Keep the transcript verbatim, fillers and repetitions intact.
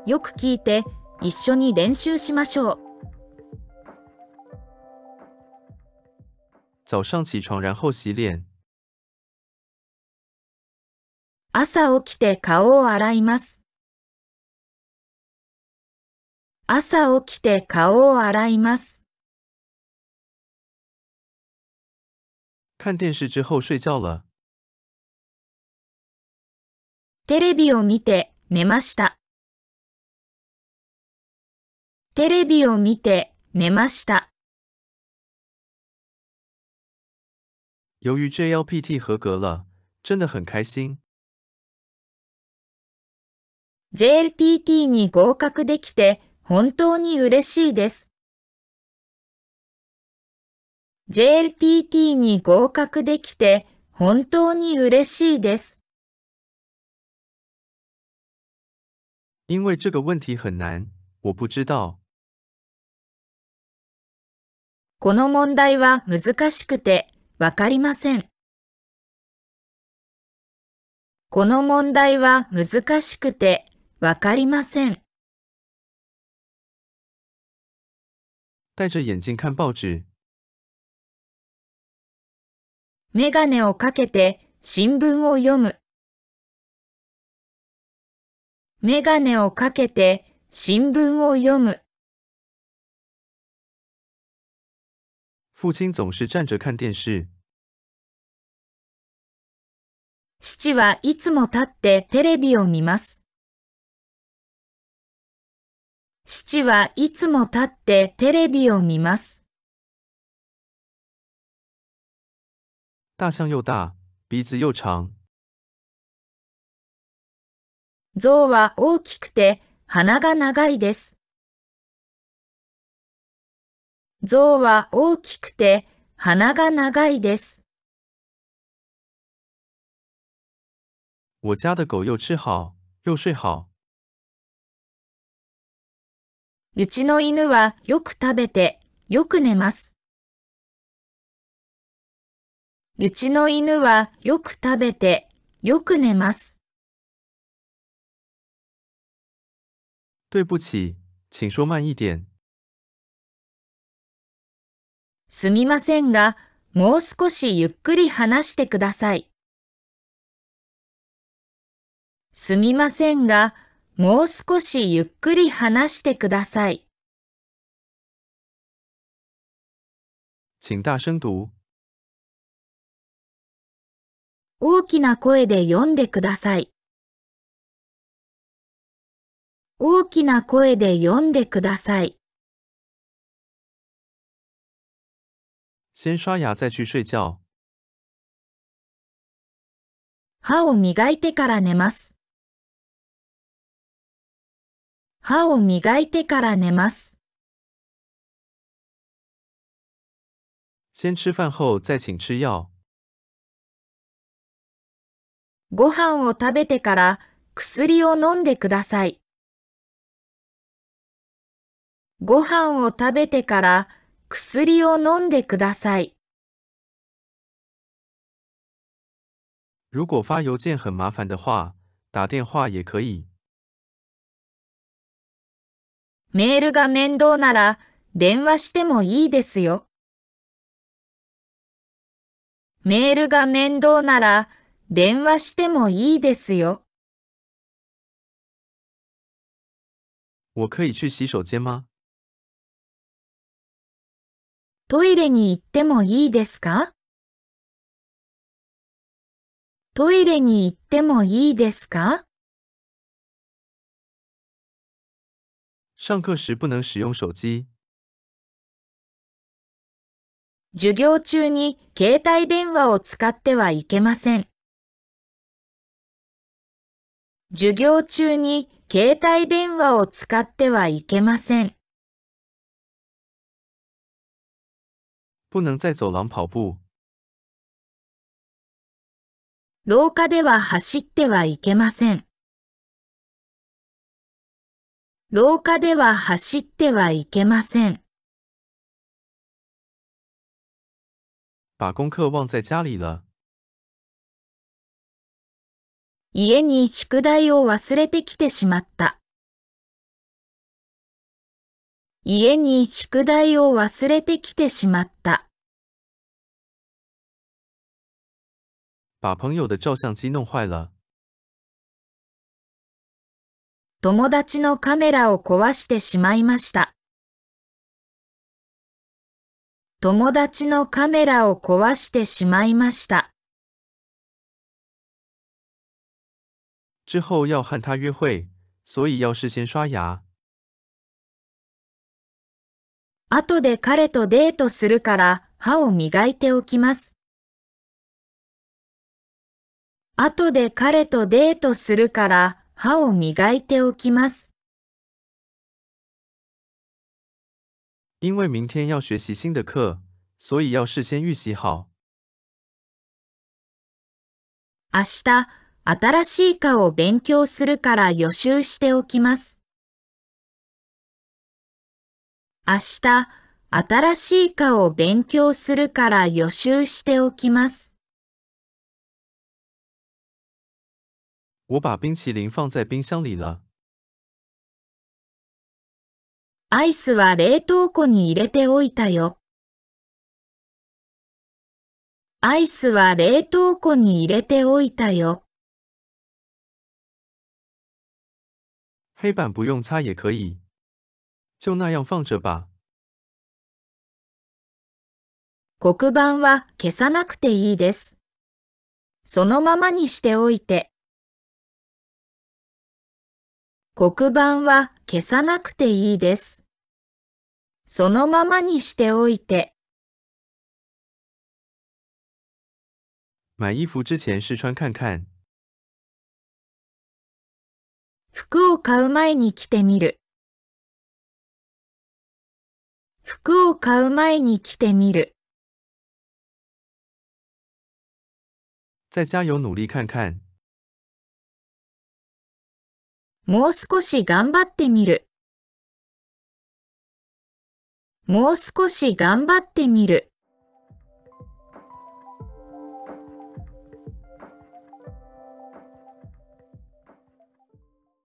よく聞いて、一緒に練習しましょう。 早上起床然后洗脸。 朝起きて顔を洗います。朝起きて顔を洗います。 看电视之后睡觉了。 テレビを見て寝ました。テレビを見て寝ました。 由于 J L P T 合格了，真的很开心。 ジェーエルピーティー に合格できて本当に嬉しいです。ジェーエルピーティー に合格できて本当に嬉しいです。 因为这个问题很难，我不知道。 この問題は難しくてわかりません。この問題は難しくてわかりません。 戴着眼镜看報紙。 メガネをかけて新聞を読む。メガネをかけて新聞を読む。 父亲总是站着看电视。 父はいつも立ってテレビを見ます。父はいつも立ってテレビを見ます。 大象又大，鼻子又長。 象は大きくて鼻が長いです。象は大きくて鼻が長いです。 我家的狗又吃好，又睡好。 うちの犬はよく食べてよく寝ます。うちの犬はよく食べてよく寝ます。 对不起，请说慢一点。 すみませんが、もう少しゆっくり話してください。すみませんが、もう少しゆっくり話してください。 请大声读。 大きな声で読んでください。大きな声で読んでください。 先刷牙再去睡觉。 歯を磨いてから寝ます。歯を磨いてから寝ます。 先吃饭后再请吃药。 ご飯を食べてから薬を飲んでください。ご飯を食べてから薬を飲んでください。 如果发邮件很麻烦的话，打电话也可以。 メールが面倒なら電話してもいいですよ。メールが面倒なら電話してもいいですよ。 我可以去洗手间吗？ トイレに行ってもいいですか？トイレに行ってもいいですか？ 上课时不能使用手机。 授業中に携帯電話を使ってはいけません。授業中に携帯電話を使ってはいけません。 不能在走廊跑步。 廊下では走ってはいけません。廊下では走ってはいけません。 把功课忘在家里了。 家に宿題を忘れてきてしまった。 家に宿題を忘れてきてしまった。 把朋友的照相机弄坏了。 友達のカメラを壊してしまいました。友達のカメラを壊してしまいました。 之后要和他约会，所以要事先刷牙。 後で彼とデートするから歯を磨いておきます。後で彼とデートするから歯を磨いておきます。 因为明天要学习新的课，所以要事先预习好。 明日、新しい科を勉強するから予習しておきます。明日、新しい科を勉強するから予習しておきます。 我把冰淇淋放在冰箱里了。 アイスは冷凍庫に入れておいたよ。アイスは冷凍庫に入れておいたよ。 黑板不用擦也可以，就那样放着吧。 黒板は消さなくていいです。そのままにしておいて。黒板は消さなくていいです。そのままにしておいて。 买衣服之前试穿看看。 服を買う前に着てみる。服を買う前に着てみる。 再加油努力看看。 もう少し頑張ってみる。もう少し頑張ってみる。